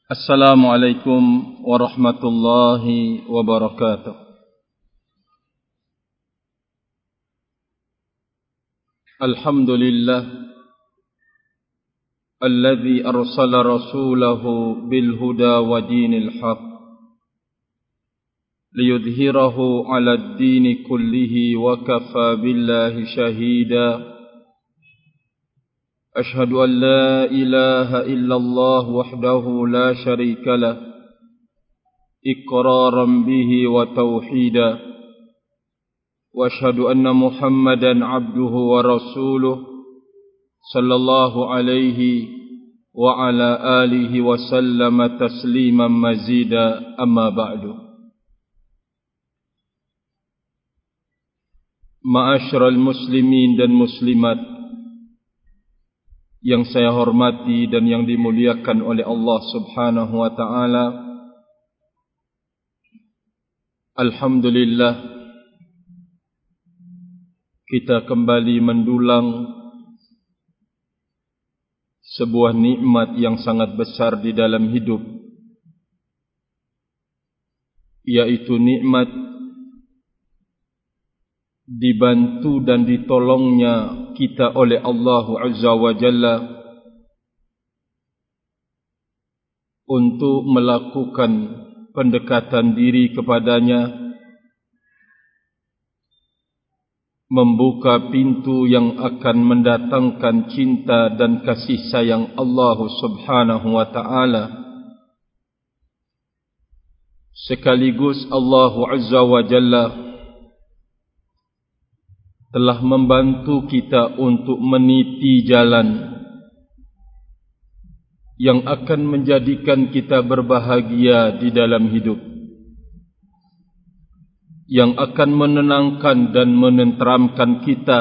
Assalamualaikum warahmatullahi wabarakatuh. Alhamdulillah alladzi arsala rasulahu bil huda wa dinil haq liyudhhirahu 'alad dini kullihi wa kafa billahi shahida. أشهد أن لا إله إلا الله وحده لا شريك له إقرارا به وتوحيدا وأشهد أن محمدا عبده ورسوله صلى الله عليه وعلى آله وسلم تسليما مزيدا أما بعد معاشر المسلمين dan muslimat yang saya hormati dan yang dimuliakan oleh Allah Subhanahu wa ta'ala. Alhamdulillah, kita kembali mendulang sebuah nikmat yang sangat besar di dalam hidup, yaitu nikmat dibantu dan ditolongnya kita oleh Allah Azza wa Jalla untuk melakukan pendekatan diri kepadanya, membuka pintu yang akan mendatangkan cinta dan kasih sayang Allah Subhanahu wa ta'ala. Sekaligus Allah Azza wa Jalla telah membantu kita untuk meniti jalan yang akan menjadikan kita berbahagia di dalam hidup, yang akan menenangkan dan menenteramkan kita,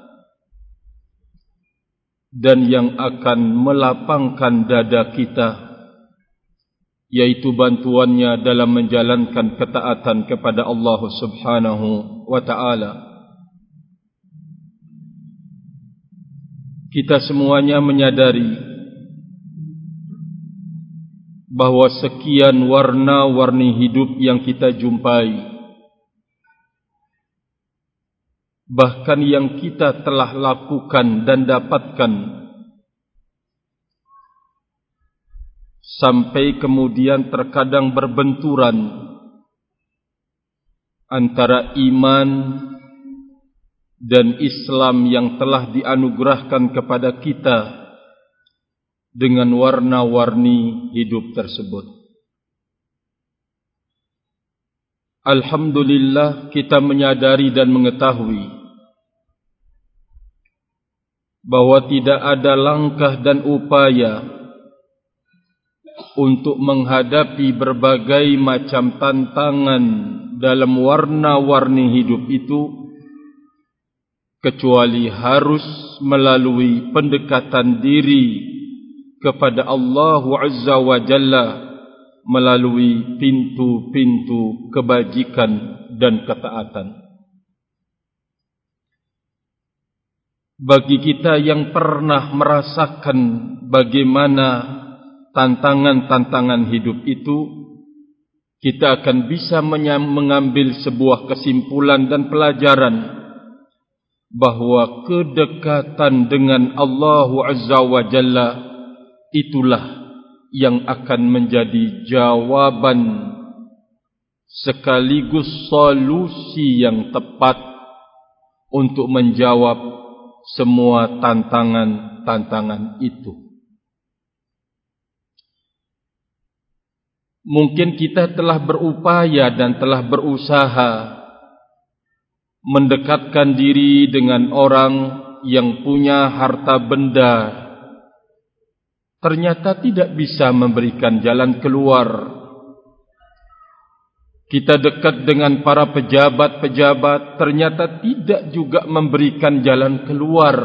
dan yang akan melapangkan dada kita, yaitu bantuannya dalam menjalankan ketaatan kepada Allah Subhanahu wa ta'ala. Kita semuanya menyadari bahwa sekian warna-warni hidup yang kita jumpai, bahkan yang kita telah lakukan dan dapatkan, sampai kemudian terkadang berbenturan antara iman dan Islam yang telah dianugerahkan kepada kita dengan warna-warni hidup tersebut. Alhamdulillah, kita menyadari dan mengetahui bahwa tidak ada langkah dan upaya untuk menghadapi berbagai macam tantangan dalam warna-warni hidup itu kecuali harus melalui pendekatan diri kepada Allah Azza wa Jalla melalui pintu-pintu kebajikan dan ketaatan. Bagi kita yang pernah merasakan bagaimana tantangan-tantangan hidup itu, kita akan bisa mengambil sebuah kesimpulan dan pelajaran bahwa kedekatan dengan Allah Azza wa Jalla itulah yang akan menjadi jawaban sekaligus solusi yang tepat untuk menjawab semua tantangan-tantangan itu. Mungkin kita telah berupaya dan telah berusaha mendekatkan diri dengan orang yang punya harta benda, ternyata tidak bisa memberikan jalan keluar. Kita dekat dengan para pejabat-pejabat, ternyata tidak juga memberikan jalan keluar.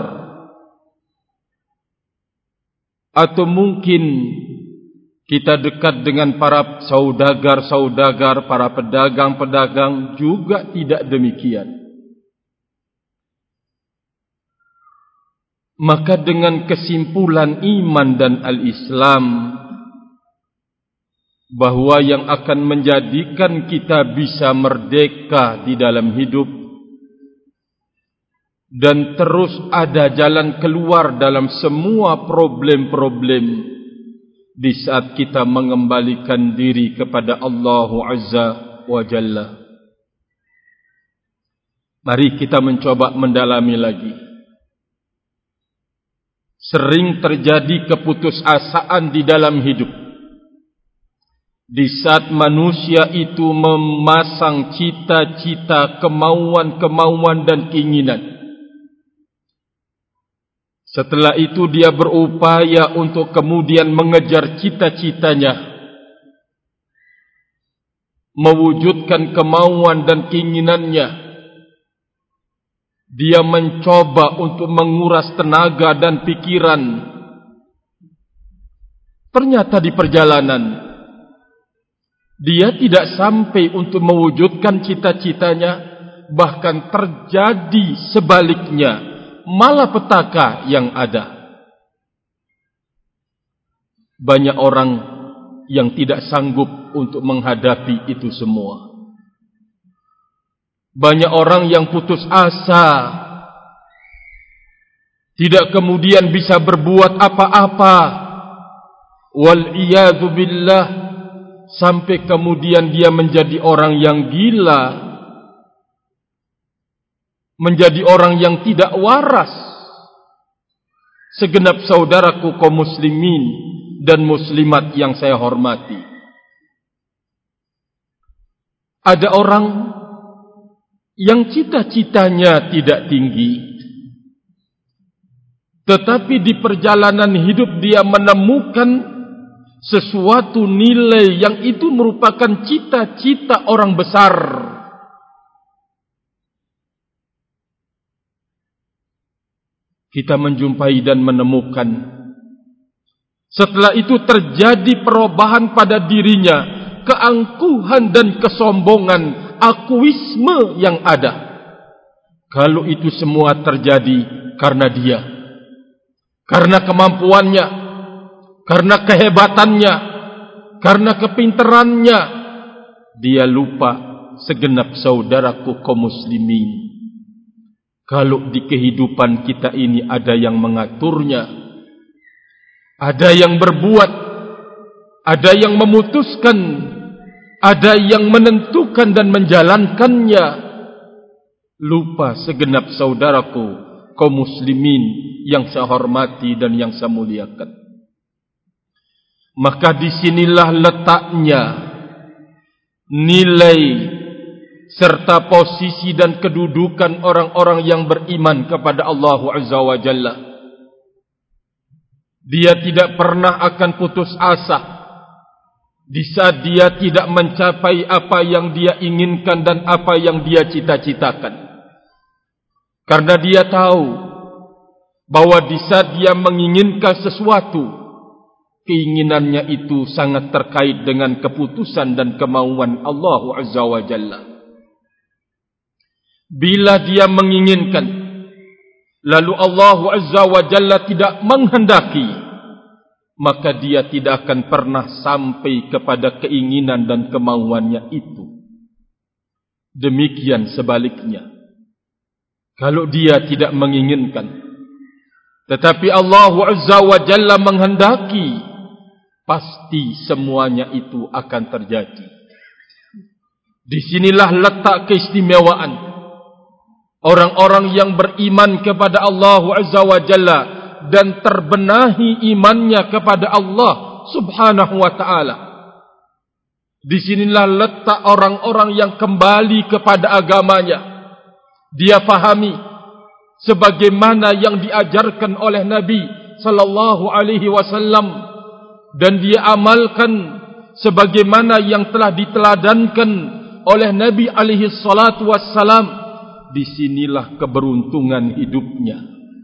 Atau mungkin kita dekat dengan para saudagar-saudagar, para pedagang-pedagang, juga tidak demikian. Maka dengan kesimpulan iman dan al-Islam, bahwa yang akan menjadikan kita bisa merdeka di dalam hidup dan terus ada jalan keluar dalam semua problem-problem di saat kita mengembalikan diri kepada Allah Azza wa Jalla. Mari kita mencoba mendalami lagi. Sering terjadi keputusasaan di dalam hidup. Di saat manusia itu memasang cita-cita, kemauan-kemauan dan keinginan. Setelah itu dia berupaya untuk kemudian mengejar cita-citanya, mewujudkan kemauan dan keinginannya. Dia mencoba untuk menguras tenaga dan pikiran. Ternyata di perjalanan dia tidak sampai untuk mewujudkan cita-citanya, bahkan terjadi sebaliknya, malapetaka yang ada. Banyak orang yang tidak sanggup untuk menghadapi itu semua. Banyak orang yang putus asa, tidak kemudian bisa berbuat apa-apa. Wal-iyadzu billah. Sampai kemudian dia menjadi orang yang gila, menjadi orang yang tidak waras. Segenap saudaraku kaum muslimin dan muslimat yang saya hormati, ada orang yang cita-citanya tidak tinggi, tetapi di perjalanan hidup dia menemukan sesuatu nilai yang itu merupakan cita-cita orang besar. Kita menjumpai dan menemukan, setelah itu terjadi perubahan pada dirinya, keangkuhan dan kesombongan, akuisme yang ada. Kalau itu semua terjadi karena dia, karena kemampuannya, karena kehebatannya, karena kepinterannya, dia lupa segenap saudaraku kaum muslimin. Kalau di kehidupan kita ini ada yang mengaturnya, ada yang berbuat, ada yang memutuskan, ada yang menentukan dan menjalankannya. Lupa segenap saudaraku kaum muslimin yang saya hormati dan yang saya muliakan. Maka disinilah letaknya nilai serta posisi dan kedudukan orang-orang yang beriman kepada Allah Azza wa Jalla. Dia tidak pernah akan putus asa di saat dia tidak mencapai apa yang dia inginkan dan apa yang dia cita-citakan. Karena dia tahu bahwa di saat dia menginginkan sesuatu, keinginannya itu sangat terkait dengan keputusan dan kemauan Allah Azza wa Jalla. Bila dia menginginkan, lalu Allah Azza wa Jalla tidak menghendaki, maka dia tidak akan pernah sampai kepada keinginan dan kemauannya itu. Demikian sebaliknya, kalau dia tidak menginginkan, tetapi Allah Azza wa Jalla menghendaki, pasti semuanya itu akan terjadi. Disinilah letak keistimewaan orang-orang yang beriman kepada Allah Azza wa Jalla dan terbenahi imannya kepada Allah Subhanahu wa ta'ala. Disinilah letak orang-orang yang kembali kepada agamanya. Dia fahami sebagaimana yang diajarkan oleh Nabi sallallahu alaihi wasallam, dan dia amalkan sebagaimana yang telah diteladankan oleh Nabi alaihi salatu wassalam. Disinilah keberuntungan hidupnya.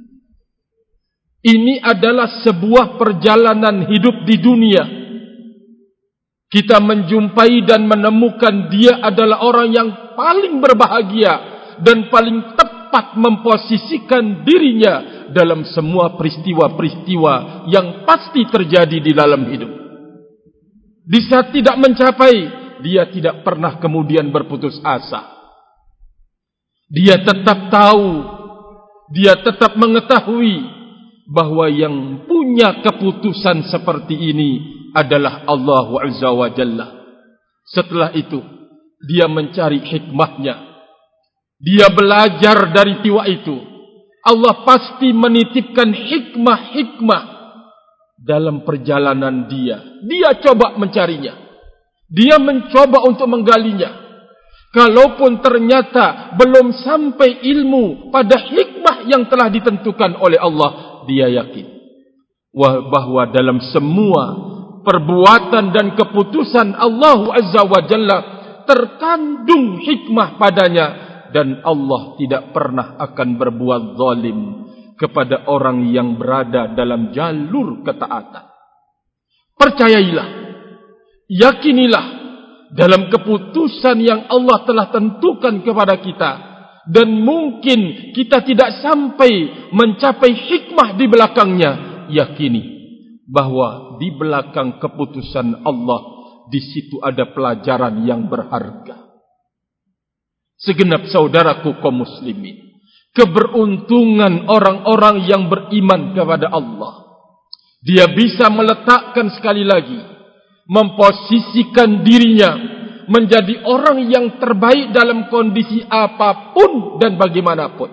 Ini adalah sebuah perjalanan hidup di dunia. Kita menjumpai dan menemukan dia adalah orang yang paling berbahagia dan paling tepat memposisikan dirinya dalam semua peristiwa-peristiwa yang pasti terjadi di dalam hidup. Di saat tidak mencapai, dia tidak pernah kemudian berputus asa. Dia tetap tahu, dia tetap mengetahui bahwa yang punya keputusan seperti ini adalah Allah Azza wa Jalla. Setelah itu, dia mencari hikmahnya. Dia belajar dari peristiwa itu. Allah pasti menitipkan hikmah-hikmah dalam perjalanan dia. Dia coba mencarinya. Dia mencoba untuk menggalinya. Kalaupun ternyata belum sampai ilmu pada hikmah yang telah ditentukan oleh Allah, dia yakin bahwa dalam semua perbuatan dan keputusan Allah Azza wa Jalla terkandung hikmah padanya, dan Allah tidak pernah akan berbuat zalim kepada orang yang berada dalam jalur ketaatan. Percayailah, yakinilah dalam keputusan yang Allah telah tentukan kepada kita, dan mungkin kita tidak sampai mencapai hikmah di belakangnya. Yakini bahwa di belakang keputusan Allah, di situ ada pelajaran yang berharga. Segenap saudaraku kaum muslimin, keberuntungan orang-orang yang beriman kepada Allah, dia bisa meletakkan sekali lagi, memposisikan dirinya menjadi orang yang terbaik dalam kondisi apapun dan bagaimanapun.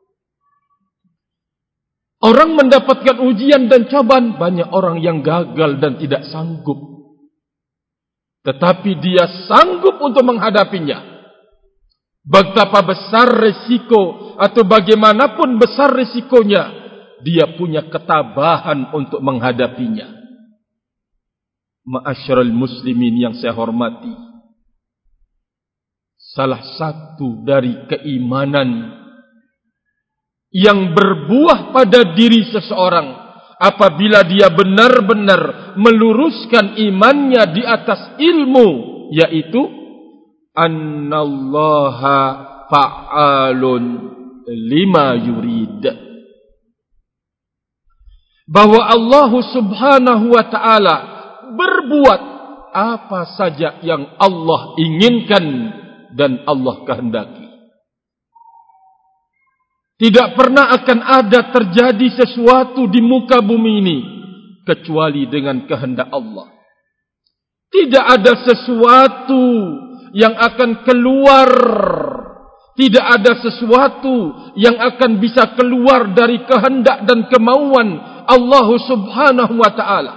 Orang mendapatkan ujian dan cobaan, banyak orang yang gagal dan tidak sanggup. Tetapi dia sanggup untuk menghadapinya. Betapa besar resiko atau bagaimanapun besar resikonya, dia punya ketabahan untuk menghadapinya. Ma'asyiral muslimin yang saya hormati, salah satu dari keimanan yang berbuah pada diri seseorang apabila dia benar-benar meluruskan imannya di atas ilmu, yaitu annallaha fa'alun lima yurid. Bahwa Allah Subhanahu wa ta'ala berbuat apa saja yang Allah inginkan dan Allah kehendaki. Tidak pernah akan ada terjadi sesuatu di muka bumi ini kecuali dengan kehendak Allah. Tidak ada sesuatu yang akan keluar, tidak ada sesuatu yang akan bisa keluar dari kehendak dan kemauan Allah Subhanahu wa ta'ala.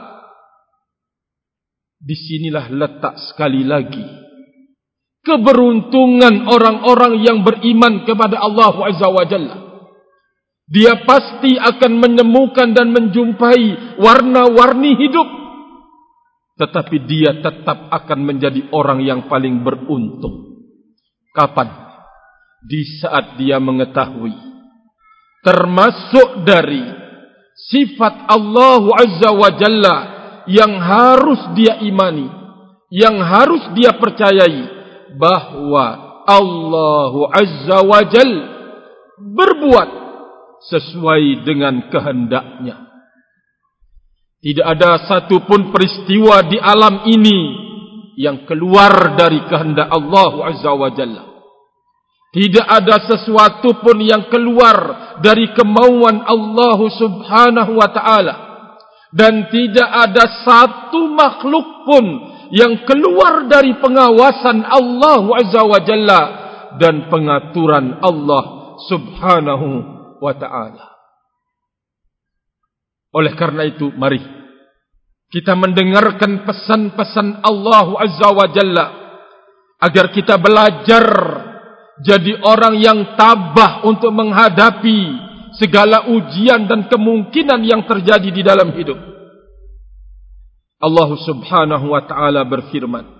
Disinilah letak sekali lagi keberuntungan orang-orang yang beriman kepada Allah Azza wa Jalla. Dia pasti akan menemukan dan menjumpai warna-warni hidup, tetapi dia tetap akan menjadi orang yang paling beruntung. Kapan? Di saat dia mengetahui termasuk dari sifat Allah Azza wa Jalla yang harus dia imani, yang harus dia percayai, bahwa Allah Azza wa Jalla berbuat sesuai dengan kehendaknya. Tidak ada satupun peristiwa di alam ini yang keluar dari kehendak Allah Azza wa Jalla. Tidak ada sesuatu pun yang keluar dari kemauan Allah Subhanahu wa ta'ala. Dan tidak ada satu makhluk pun yang keluar dari pengawasan Allah Azza wa Jalla dan pengaturan Allah Subhanahu wa ta'ala. Oleh karena itu, mari kita mendengarkan pesan-pesan Allah Azza wa Jalla agar kita belajar jadi orang yang tabah untuk menghadapi segala ujian dan kemungkinan yang terjadi di dalam hidup. Allah Subhanahu wa ta'ala berfirman,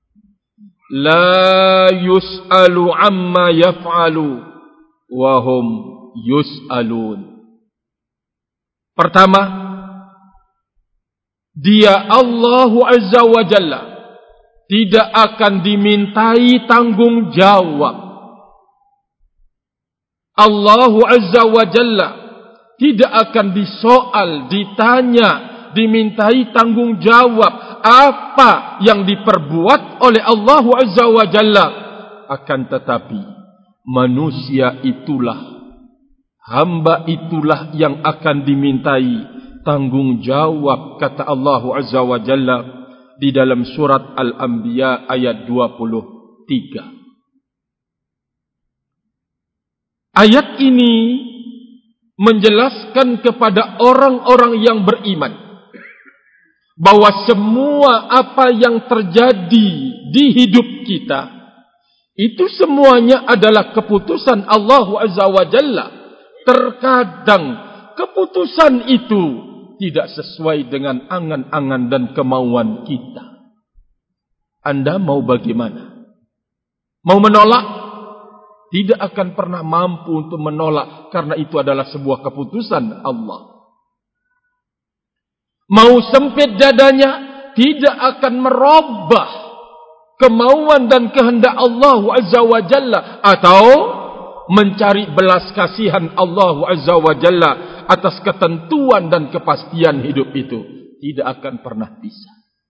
La yus'alu amma yaf'alu wa hum yus'alun. Pertama, dia Allah Azza wa Jalla tidak akan dimintai tanggung jawab. Allah Azza wa Jalla tidak akan disoal, ditanya, dimintai tanggung jawab apa yang diperbuat oleh Allah Azza wa Jalla. Akan tetapi manusia itulah, hamba itulah yang akan dimintai tanggung jawab, kata Allah Azza wa Jalla di dalam surat Al-Anbiya ayat 23. Ayat ini menjelaskan kepada orang-orang yang beriman bahwa semua apa yang terjadi di hidup kita itu semuanya adalah keputusan Allah Azza wa Jalla. Terkadang keputusan itu tidak sesuai dengan angan-angan dan kemauan kita. Anda mau bagaimana? Mau menolak? Tidak akan pernah mampu untuk menolak, karena itu adalah sebuah keputusan Allah. Mau sempit dadanya, tidak akan merubah kemauan dan kehendak Allah Azza wa Jalla, atau mencari belas kasihan Allah Azza wa Jalla atas ketentuan dan kepastian hidup itu. Tidak akan pernah bisa.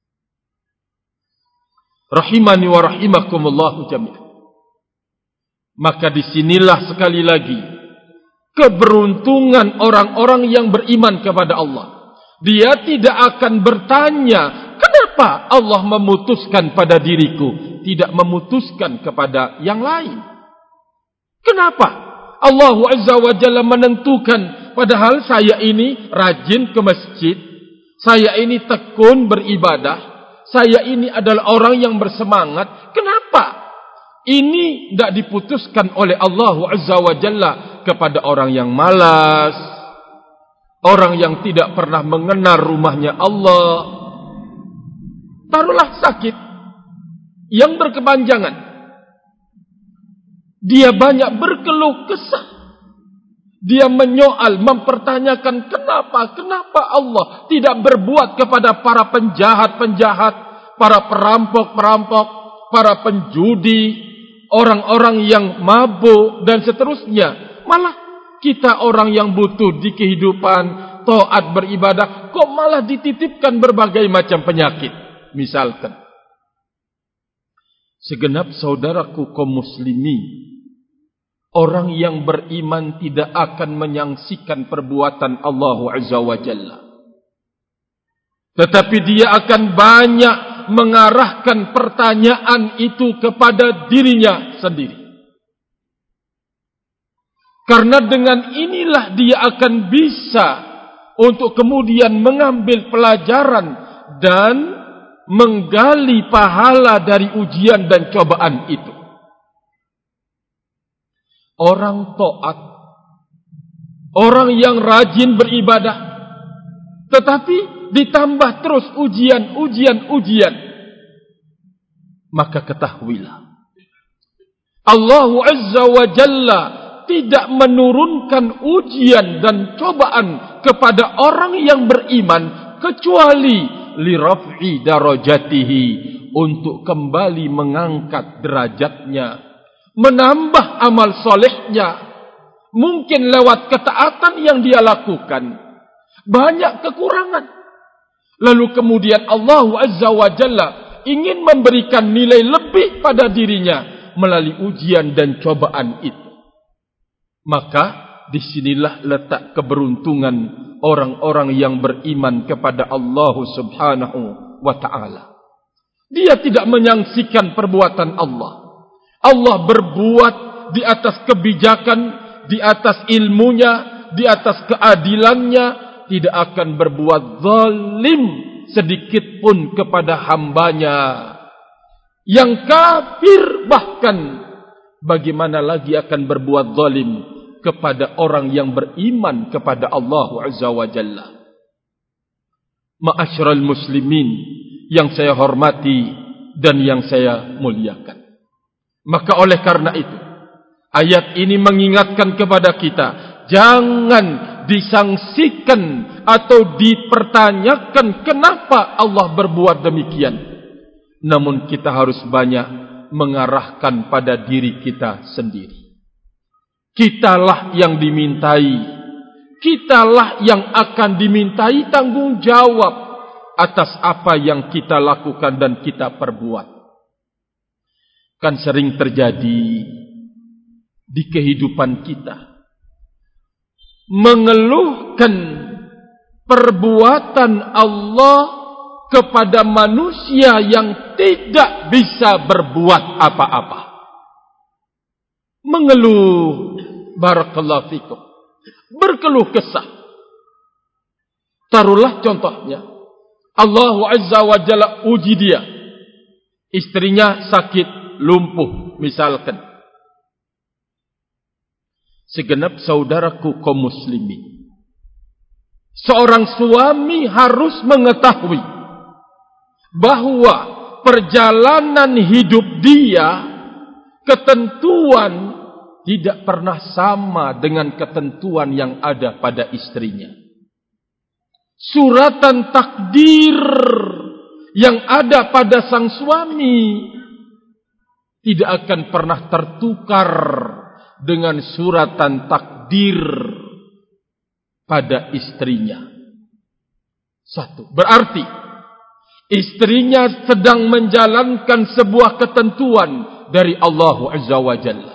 Rahimani wa rahimakumullahu jami'an. Maka disinilah sekali lagi keberuntungan orang-orang yang beriman kepada Allah. Dia tidak akan bertanya, kenapa Allah memutuskan pada diriku, tidak memutuskan kepada yang lain. Kenapa Allah Azza wa Jalla menentukan, padahal saya ini rajin ke masjid, saya ini tekun beribadah, saya ini adalah orang yang bersemangat. Kenapa ini tidak diputuskan oleh Allah Azza wa Jalla kepada orang yang malas, orang yang tidak pernah mengenal rumahnya Allah? Taruhlah sakit yang berkepanjangan, dia banyak berkeluh kesah, dia menyoal, mempertanyakan kenapa Allah tidak berbuat kepada para penjahat-penjahat, para perampok-perampok, para penjudi, orang-orang yang mabuk dan seterusnya. Malah kita orang yang butuh di kehidupan, taat beribadah, kok malah dititipkan berbagai macam penyakit. Misalkan, segenap saudaraku kaum muslimin, orang yang beriman tidak akan menyaksikan perbuatan Allah Azza wa Jalla, tetapi dia akan banyak mengarahkan pertanyaan itu kepada dirinya sendiri. Karena dengan inilah dia akan bisa untuk kemudian mengambil pelajaran dan menggali pahala dari ujian dan cobaan itu. Orang taat, orang yang rajin beribadah, tetapi ditambah terus ujian, maka ketahuilah, Allah Azza wa Jalla tidak menurunkan ujian dan cobaan kepada orang yang beriman kecuali liraf'i darajatihi, untuk kembali mengangkat derajatnya, menambah amal solehnya. Mungkin lewat ketaatan yang dia lakukan banyak kekurangan, lalu kemudian Allah Azza wa Jalla ingin memberikan nilai lebih pada dirinya melalui ujian dan cobaan itu. Maka disinilah letak keberuntungan orang-orang yang beriman kepada Allah Subhanahu wa ta'ala. Dia tidak menyaksikan perbuatan Allah. Allah berbuat di atas kebijakan, di atas ilmunya, di atas keadilannya, tidak akan berbuat zalim sedikit pun kepada hambanya. Yang kafir bahkan, bagaimana lagi akan berbuat zalim kepada orang yang beriman kepada Allah Azza wa Jalla. Ma'asyiral muslimin yang saya hormati dan yang saya muliakan. Maka oleh karena itu, ayat ini mengingatkan kepada kita, jangan disangsikan atau dipertanyakan kenapa Allah berbuat demikian. Namun kita harus banyak mengarahkan pada diri kita sendiri. Kitalah yang dimintai, kitalah yang akan dimintai tanggung jawab atas apa yang kita lakukan dan kita perbuat. Kan sering terjadi di kehidupan kita, mengeluhkan perbuatan Allah kepada manusia yang tidak bisa berbuat apa-apa. Mengeluh, barakallahu fikum, berkeluh kesah. Taruhlah contohnya, Allah Azza wa Jalla uji dia, istrinya sakit, lumpuh misalkan. Segenap saudaraku kaum muslimin, seorang suami harus mengetahui bahwa perjalanan hidup dia, ketentuan tidak pernah sama dengan ketentuan yang ada pada istrinya. Suratan takdir yang ada pada sang suami tidak akan pernah tertukar dengan suratan takdir pada istrinya. Satu, berarti istrinya sedang menjalankan sebuah ketentuan dari Allah Azza wa Jalla.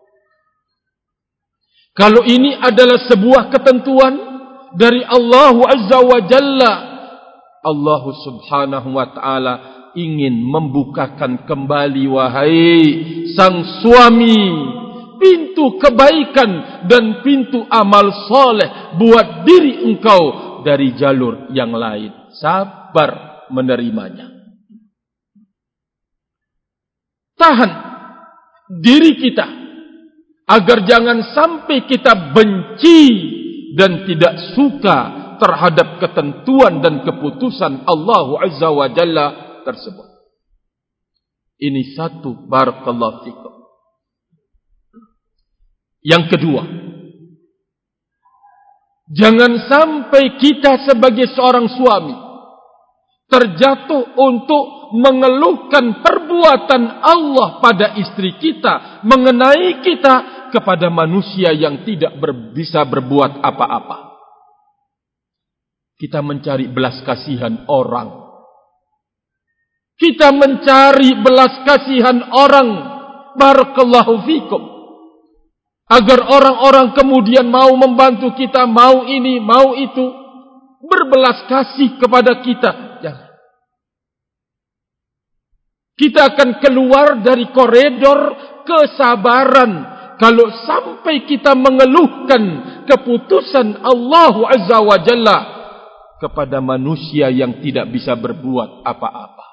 Kalau ini adalah sebuah ketentuan dari Allah Azza wa Jalla, Allah Subhanahu wa ta'ala ingin membukakan kembali, wahai sang suami, pintu kebaikan dan pintu amal soleh buat diri engkau dari jalur yang lain. Sabar menerimanya. Tahan diri kita agar jangan sampai kita benci dan tidak suka terhadap ketentuan dan keputusan Allah Azza wa Jalla tersebut. Ini satu, barakallahu fikum. Yang kedua, jangan sampai kita sebagai seorang suami terjatuh untuk mengeluhkan perbuatan Allah pada istri kita, mengenai kita kepada manusia yang tidak bisa berbuat apa-apa. Kita mencari belas kasihan orang. Kita mencari belas kasihan orang, barakallahu fikum, agar orang-orang kemudian mau membantu kita, mau ini, mau itu, berbelas kasih kepada kita. Jangan. Kita akan keluar dari koridor kesabaran kalau sampai kita mengeluhkan keputusan Allah Azza wa Jalla kepada manusia yang tidak bisa berbuat apa-apa.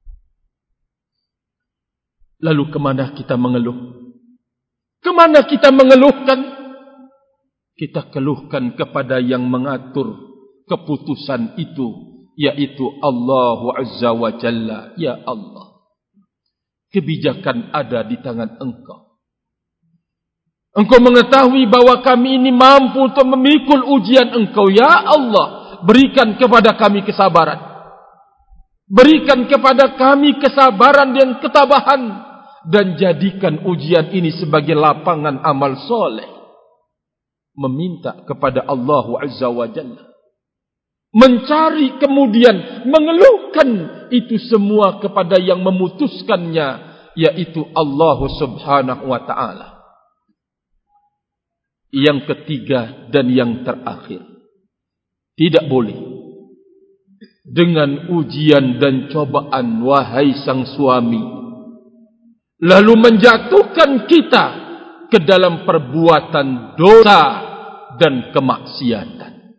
Lalu kemana kita mengeluh? Kemana kita mengeluhkan? Kita keluhkan kepada yang mengatur keputusan itu, yaitu Allah Azza wa Jalla. Ya Allah, kebijakan ada di tangan Engkau. Engkau mengetahui bahwa kami ini mampu untuk memikul ujian Engkau. Ya Allah, berikan kepada kami kesabaran. Berikan kepada kami kesabaran dan ketabahan. Dan jadikan ujian ini sebagai lapangan amal soleh. Meminta kepada Allah Azza wa Jalla. Mencari kemudian mengeluhkan itu semua kepada yang memutuskannya, yaitu Allah Subhanahu wa ta'ala. Yang ketiga dan yang terakhir, tidak boleh dengan ujian dan cobaan, wahai sang suami, lalu menjatuhkan kita ke dalam perbuatan dosa dan kemaksiatan.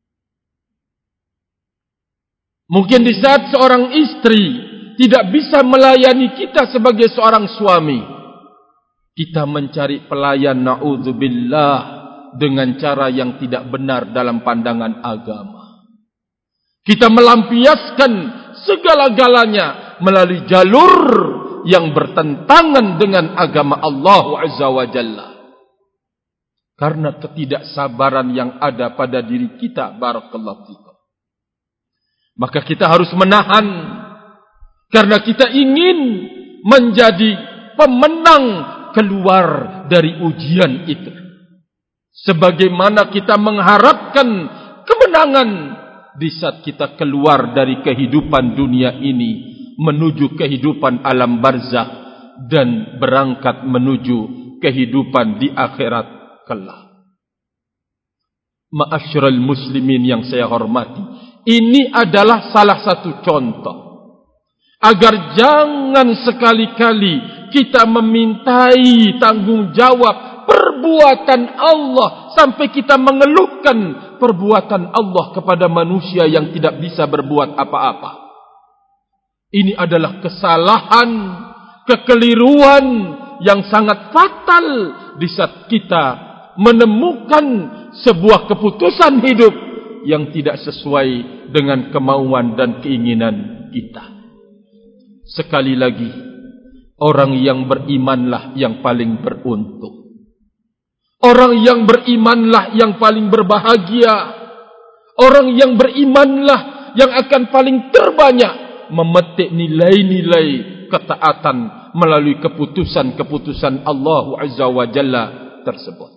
Mungkin di saat seorang istri tidak bisa melayani kita sebagai seorang suami, kita mencari pelayan, na'udzubillah, dengan cara yang tidak benar dalam pandangan agama. Kita melampiaskan segala-galanya melalui jalur yang bertentangan dengan agama Allah Azza wa Jalla. Karena ketidaksabaran yang ada pada diri kita, barakallahu fikum. Maka kita harus menahan, karena kita ingin menjadi pemenang keluar dari ujian itu. Sebagaimana kita mengharapkan kemenangan di saat kita keluar dari kehidupan dunia ini menuju kehidupan alam barzakh dan berangkat menuju kehidupan di akhirat kelak. Ma'asyiral muslimin yang saya hormati, ini adalah salah satu contoh agar jangan sekali-kali kita memintai tanggung jawab perbuatan Allah sampai kita mengeluhkan perbuatan Allah kepada manusia yang tidak bisa berbuat apa-apa. Ini adalah kesalahan, kekeliruan yang sangat fatal di saat kita menemukan sebuah keputusan hidup yang tidak sesuai dengan kemauan dan keinginan kita. Sekali lagi, orang yang berimanlah yang paling beruntung. Orang yang berimanlah yang paling berbahagia. Orang yang berimanlah yang akan paling terbanyak memetik nilai-nilai ketaatan melalui keputusan-keputusan Allah Azza wa Jalla tersebut.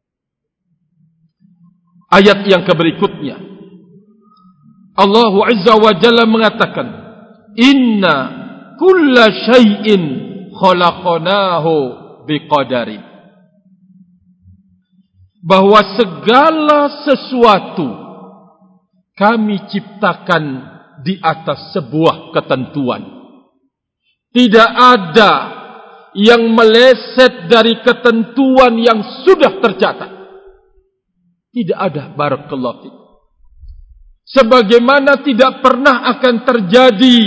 Ayat yang berikutnya, Allah Azza wa Jalla mengatakan, Inna kulla syai'in khalaqnahu biqadarin. Bahwa segala sesuatu kami ciptakan di atas sebuah ketentuan. Tidak ada yang meleset dari ketentuan yang sudah tercatat. Tidak ada, barakallahu fiik. Sebagaimana tidak pernah akan terjadi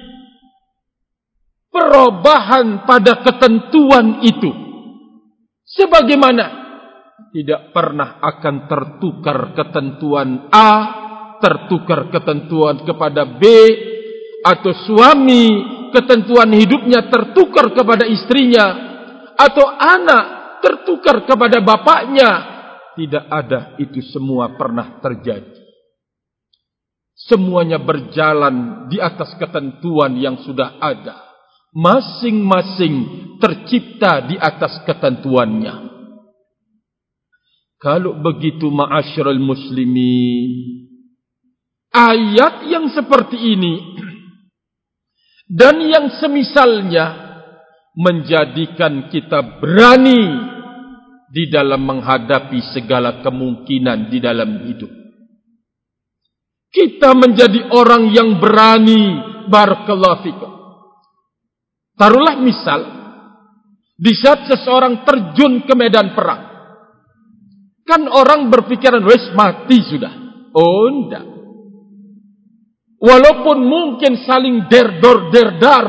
perubahan pada ketentuan itu. Sebagaimana tidak pernah akan tertukar ketentuan A, tertukar ketentuan kepada B, atau suami ketentuan hidupnya tertukar kepada istrinya, atau anak tertukar kepada bapaknya. Tidak ada, itu semua pernah terjadi. Semuanya berjalan di atas ketentuan yang sudah ada. Masing-masing tercipta di atas ketentuannya. Kalau begitu, ma'asyiral muslimin, ayat yang seperti ini dan yang semisalnya menjadikan kita berani di dalam menghadapi segala kemungkinan di dalam hidup. Kita menjadi orang yang berani, barakallahu fikum. Taruhlah misal, di saat seseorang terjun ke medan perang, kan orang berpikiran, wes mati sudah. Oh, enggak. Walaupun mungkin saling der-dor-der-dar,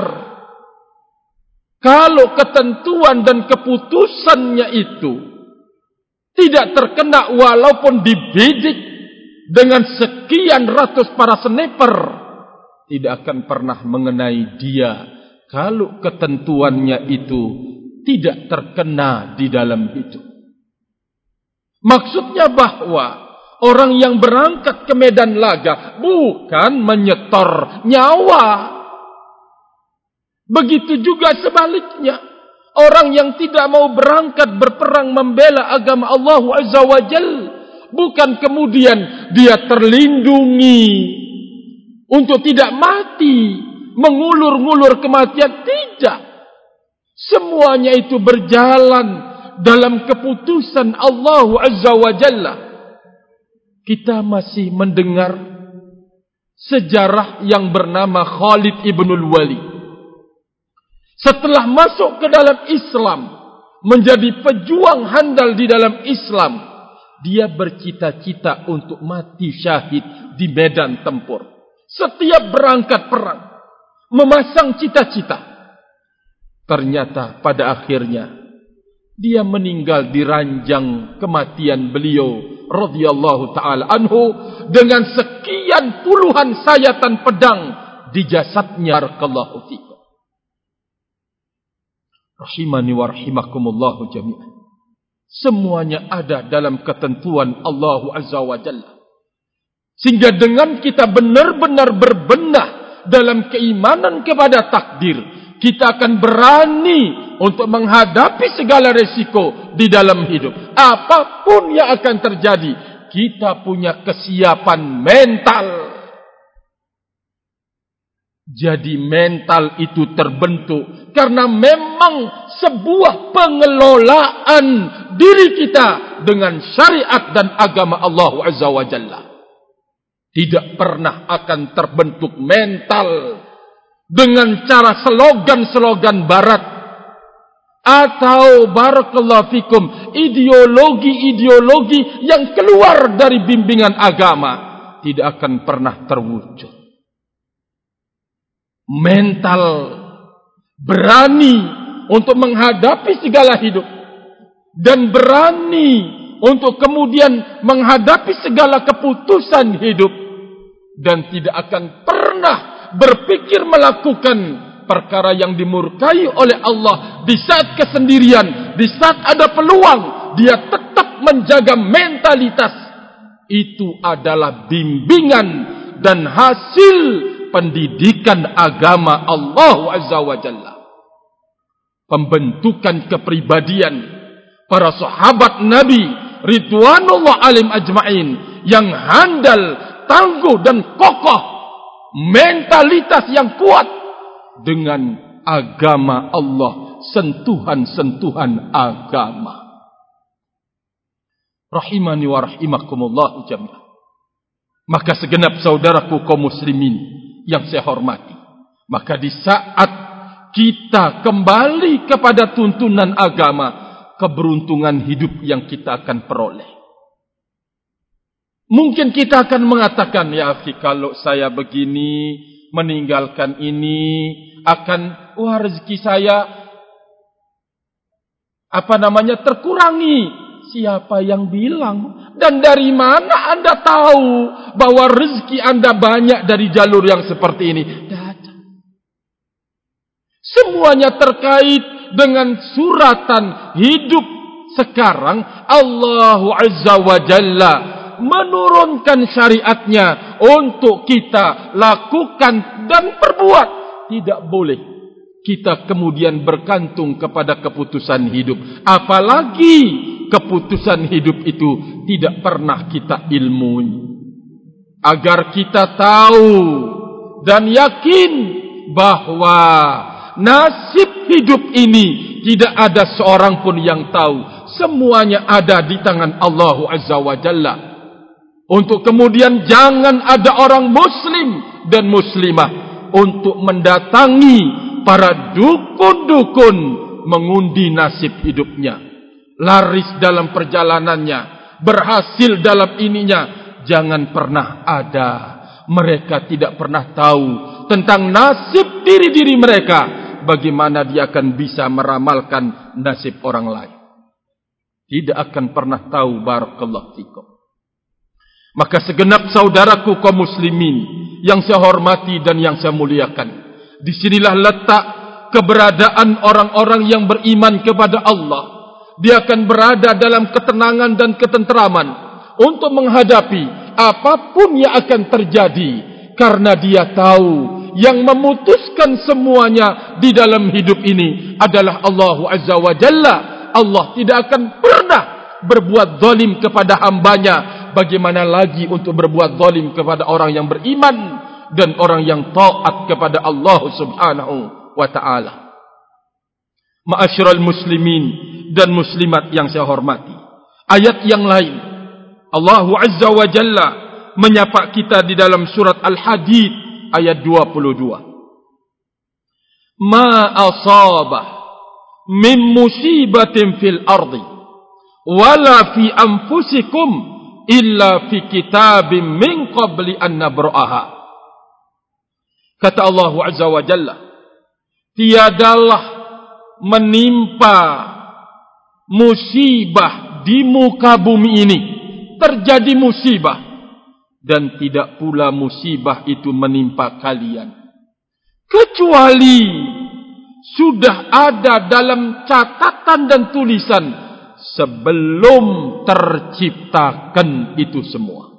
kalau ketentuan dan keputusannya itu tidak terkena walaupun dibidik dengan sekian ratus para sniper, tidak akan pernah mengenai dia kalau ketentuannya itu tidak terkena di dalam hidup. Maksudnya bahwa orang yang berangkat ke medan laga bukan menyetor nyawa. Begitu juga sebaliknya. Orang yang tidak mau berangkat berperang membela agama Allah Azza wa Jal, bukan kemudian dia terlindungi untuk tidak mati, mengulur-ngulur kematian. Tidak. Semuanya itu berjalan dalam keputusan Allah Azza wa Jalla. Kita masih mendengar sejarah yang bernama Khalid ibnul Walid. Setelah masuk ke dalam Islam, menjadi pejuang handal di dalam Islam, dia bercita-cita untuk mati syahid di medan tempur. Setiap berangkat perang, memasang cita-cita. Ternyata pada akhirnya dia meninggal di ranjang kematian beliau radhiyallahu taala anhu dengan sekian puluhan sayatan pedang di jasadnya. Barakallahu fikum. Rahimani wa rahimakumullahu jami'an. Semuanya ada dalam ketentuan Allah Azza wa Jalla. Sehingga dengan kita benar-benar berbenah dalam keimanan kepada takdir, Kita akan berani untuk menghadapi segala resiko di dalam hidup. Apapun yang akan terjadi, kita punya kesiapan mental. Jadi mental itu terbentuk karena memang sebuah pengelolaan diri kita dengan syariat dan agama Allah Azza wa Jalla. Tidak pernah akan terbentuk mental dengan cara slogan-slogan barat atau barakallahu fikum ideologi-ideologi yang keluar dari bimbingan agama. Tidak akan pernah terwujud. Mental berani untuk menghadapi segala hidup dan berani untuk kemudian menghadapi segala keputusan hidup dan tidak akan pernah berpikir melakukan perkara yang dimurkai oleh Allah di saat kesendirian, di saat ada peluang, dia tetap menjaga mentalitas. Itu adalah bimbingan dan hasil pendidikan agama Allah Azza wa Jalla. Pembentukan kepribadian para sahabat Nabi ridwanullah alim ajma'in yang handal, tangguh dan kokoh, mentalitas yang kuat dengan agama Allah, sentuhan-sentuhan agama. Rahimani wa rahimakumullah jami'an. Maka segenap saudaraku kaum muslimin yang saya hormati, maka di saat kita kembali kepada tuntunan agama, keberuntungan hidup yang kita akan peroleh. Mungkin kita akan mengatakan, ya akhi, kalau saya begini, meninggalkan ini, akan rezeki saya terkurangi. Siapa yang bilang? Dan dari mana Anda tahu bahwa rezeki Anda banyak dari jalur yang seperti ini? Tidak. Semuanya terkait dengan suratan hidup sekarang. Allah Azza wa Jalla menurunkan syariatnya untuk kita lakukan dan perbuat. Tidak boleh kita kemudian bergantung kepada keputusan hidup. Apalagi keputusan hidup itu tidak pernah kita ilmui. Agar kita tahu dan yakin bahwa nasib hidup ini tidak ada seorang pun yang tahu. Semuanya ada di tangan Allah Azza wa Jalla. Untuk kemudian jangan ada orang muslim dan muslimah untuk mendatangi para dukun-dukun mengundi nasib hidupnya. Laris dalam perjalanannya, berhasil dalam ininya, jangan pernah ada. Mereka tidak pernah tahu tentang nasib diri-diri mereka. Bagaimana dia akan bisa meramalkan nasib orang lain? Tidak akan pernah tahu. Barakallahu fikum. Maka segenap saudaraku kaum muslimin yang saya hormati dan yang saya muliakan, disinilah letak keberadaan orang-orang yang beriman kepada Allah. Dia akan berada dalam ketenangan dan ketenteraman untuk menghadapi apapun yang akan terjadi. Karena dia tahu yang memutuskan semuanya di dalam hidup ini adalah Allah Azza wa Jalla. Allah tidak akan pernah berbuat zalim kepada hambanya. Bagaimana lagi untuk berbuat zalim kepada orang yang beriman dan orang yang taat kepada Allah Subhanahu wa ta'ala. Ma'asyiral muslimin dan muslimat yang saya hormati, ayat yang lain Allah Azza wa Jalla menyapa kita di dalam surat Al-Hadid ayat 22. Ma asabah min musibatin fil ardi wala fi anfusikum illa fi kitabim min qabli an nabra'aha. Kata Allah Azza wa Jalla, tiadalah menimpa musibah di muka bumi ini, terjadi musibah, dan tidak pula musibah itu menimpa kalian, kecuali sudah ada dalam catatan dan tulisan sebelum terciptakan itu semua.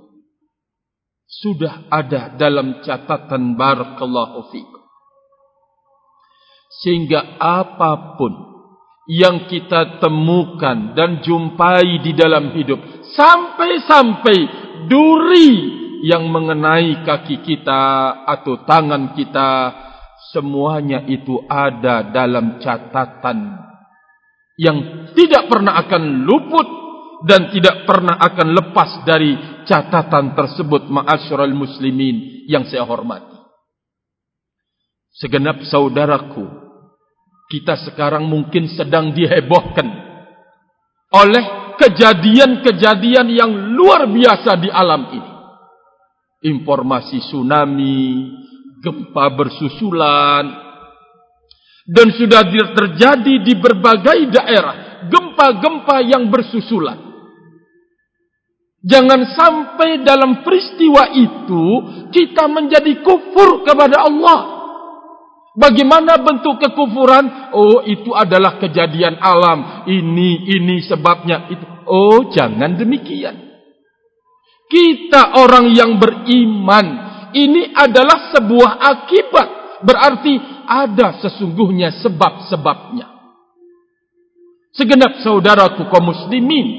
Sudah ada dalam catatan. Barakallahu fikum. Sehingga apapun yang kita temukan dan jumpai di dalam hidup, sampai-sampai duri yang mengenai kaki kita atau tangan kita, semuanya itu ada dalam catatan yang tidak pernah akan luput dan tidak pernah akan lepas dari catatan tersebut. Ma'asyiral muslimin yang saya hormati, segenap saudaraku, kita sekarang mungkin sedang dihebohkan oleh kejadian-kejadian yang luar biasa di alam ini. Informasi tsunami, gempa bersusulan, dan sudah terjadi di berbagai daerah gempa-gempa yang bersusulan. Jangan sampai dalam peristiwa itu kita menjadi kufur kepada Allah. Bagaimana bentuk kekufuran? Oh, itu adalah kejadian alam. Ini sebabnya itu. Oh, jangan demikian. Kita orang yang beriman, ini adalah sebuah akibat. Berarti ada sesungguhnya sebab-sebabnya. Segenap saudaraku kaum muslimin,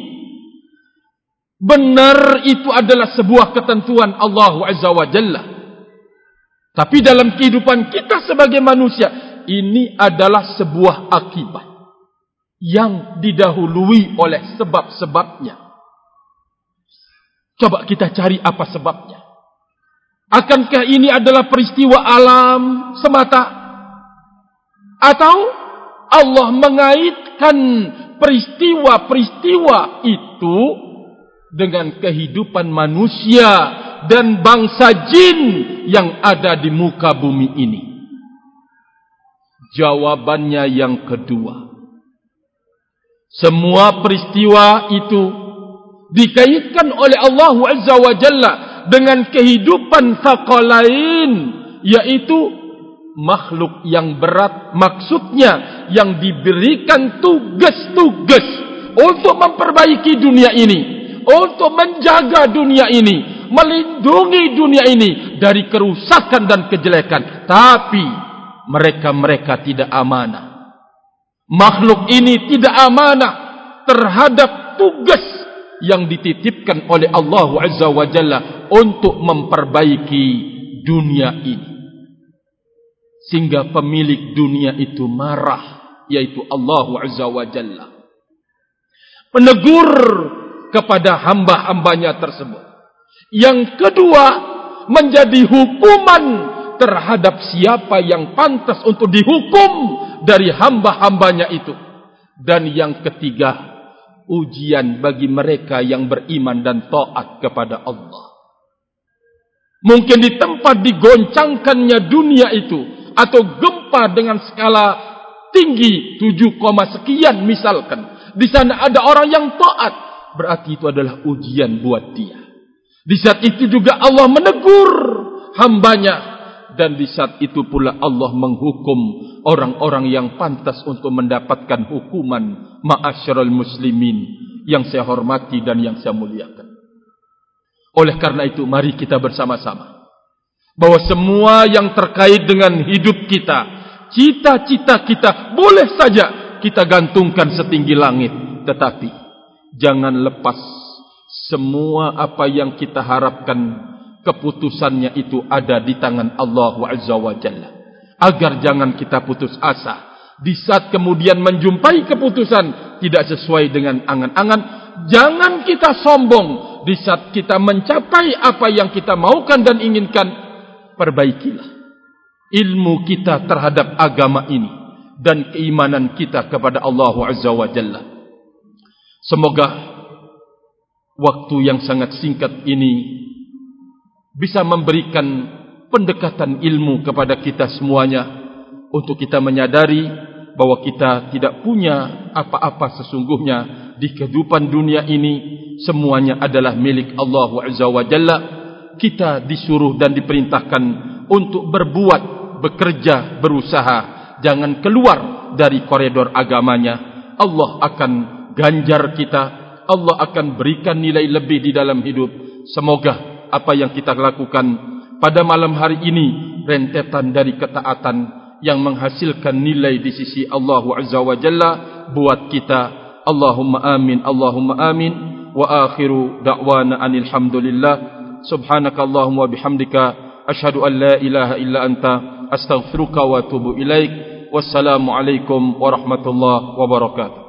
benar itu adalah sebuah ketentuan Allah Azza wa Jalla. Tapi dalam kehidupan kita sebagai manusia, ini adalah sebuah akibat yang didahului oleh sebab-sebabnya. Coba kita cari apa sebabnya. Akankah ini adalah peristiwa alam semata? Atau Allah mengaitkan peristiwa-peristiwa itu dengan kehidupan manusia dan bangsa jin yang ada di muka bumi ini? Jawabannya yang kedua. Semua peristiwa itu dikaitkan oleh Allah Azza wa Jalla dengan kehidupan thaqalain, yaitu makhluk yang berat, maksudnya yang diberikan tugas-tugas untuk memperbaiki dunia ini, untuk menjaga dunia ini, melindungi dunia ini dari kerusakan dan kejelekan. Tapi mereka tidak amanah. Makhluk ini tidak amanah terhadap tugas yang dititipkan oleh Allah Azza wa Jalla untuk memperbaiki dunia ini. Sehingga pemilik dunia itu marah, yaitu Allah Azza wa Jalla, menegur kepada hamba-hambanya tersebut. Yang kedua, menjadi hukuman terhadap siapa yang pantas untuk dihukum dari hamba-hambanya itu. Dan yang ketiga, ujian bagi mereka yang beriman dan taat kepada Allah. Mungkin di tempat digoncangkannya dunia itu, atau gempa dengan skala tinggi 7, sekian misalkan, di sana ada orang yang taat, berarti itu adalah ujian buat dia. Di saat itu juga Allah menegur hambanya, dan di saat itu pula Allah menghukum orang-orang yang pantas untuk mendapatkan hukuman. Ma'asyiral muslimin yang saya hormati dan yang saya muliakan. Oleh karena itu, mari kita bersama-sama bahwa semua yang terkait dengan hidup kita, cita-cita kita, boleh saja kita gantungkan setinggi langit, tetapi jangan lepas semua apa yang kita harapkan, keputusannya itu ada di tangan Allah Azza wa Jalla. Agar jangan kita putus asa di saat kemudian menjumpai keputusan tidak sesuai dengan angan-angan. Jangan kita sombong di saat kita mencapai apa yang kita maukan dan inginkan. Perbaikilah ilmu kita terhadap agama ini dan keimanan kita kepada Allah Azza wa Jalla. Semoga waktu yang sangat singkat ini bisa memberikan pendekatan ilmu kepada kita semuanya, untuk kita menyadari bahwa kita tidak punya apa-apa sesungguhnya di kehidupan dunia ini. Semuanya adalah milik Allah Azza wa Jalla. Kita disuruh dan diperintahkan untuk berbuat, bekerja, berusaha. Jangan keluar dari koridor agamanya. Allah akan ganjar kita. Allah akan berikan nilai lebih di dalam hidup. Semoga apa yang kita lakukan pada malam hari ini rentetan dari ketaatan yang menghasilkan nilai di sisi Allah Azza wa Jalla buat kita. Allahumma amin, Allahumma amin. Wa akhiru da'wana anil hamdulillah. Subhanakallahumma wa bihamdika asyhadu an la ilaha illa anta astaghfiruka wa atubu ilaik. Wassalamu alaikum warahmatullahi wabarakatuh.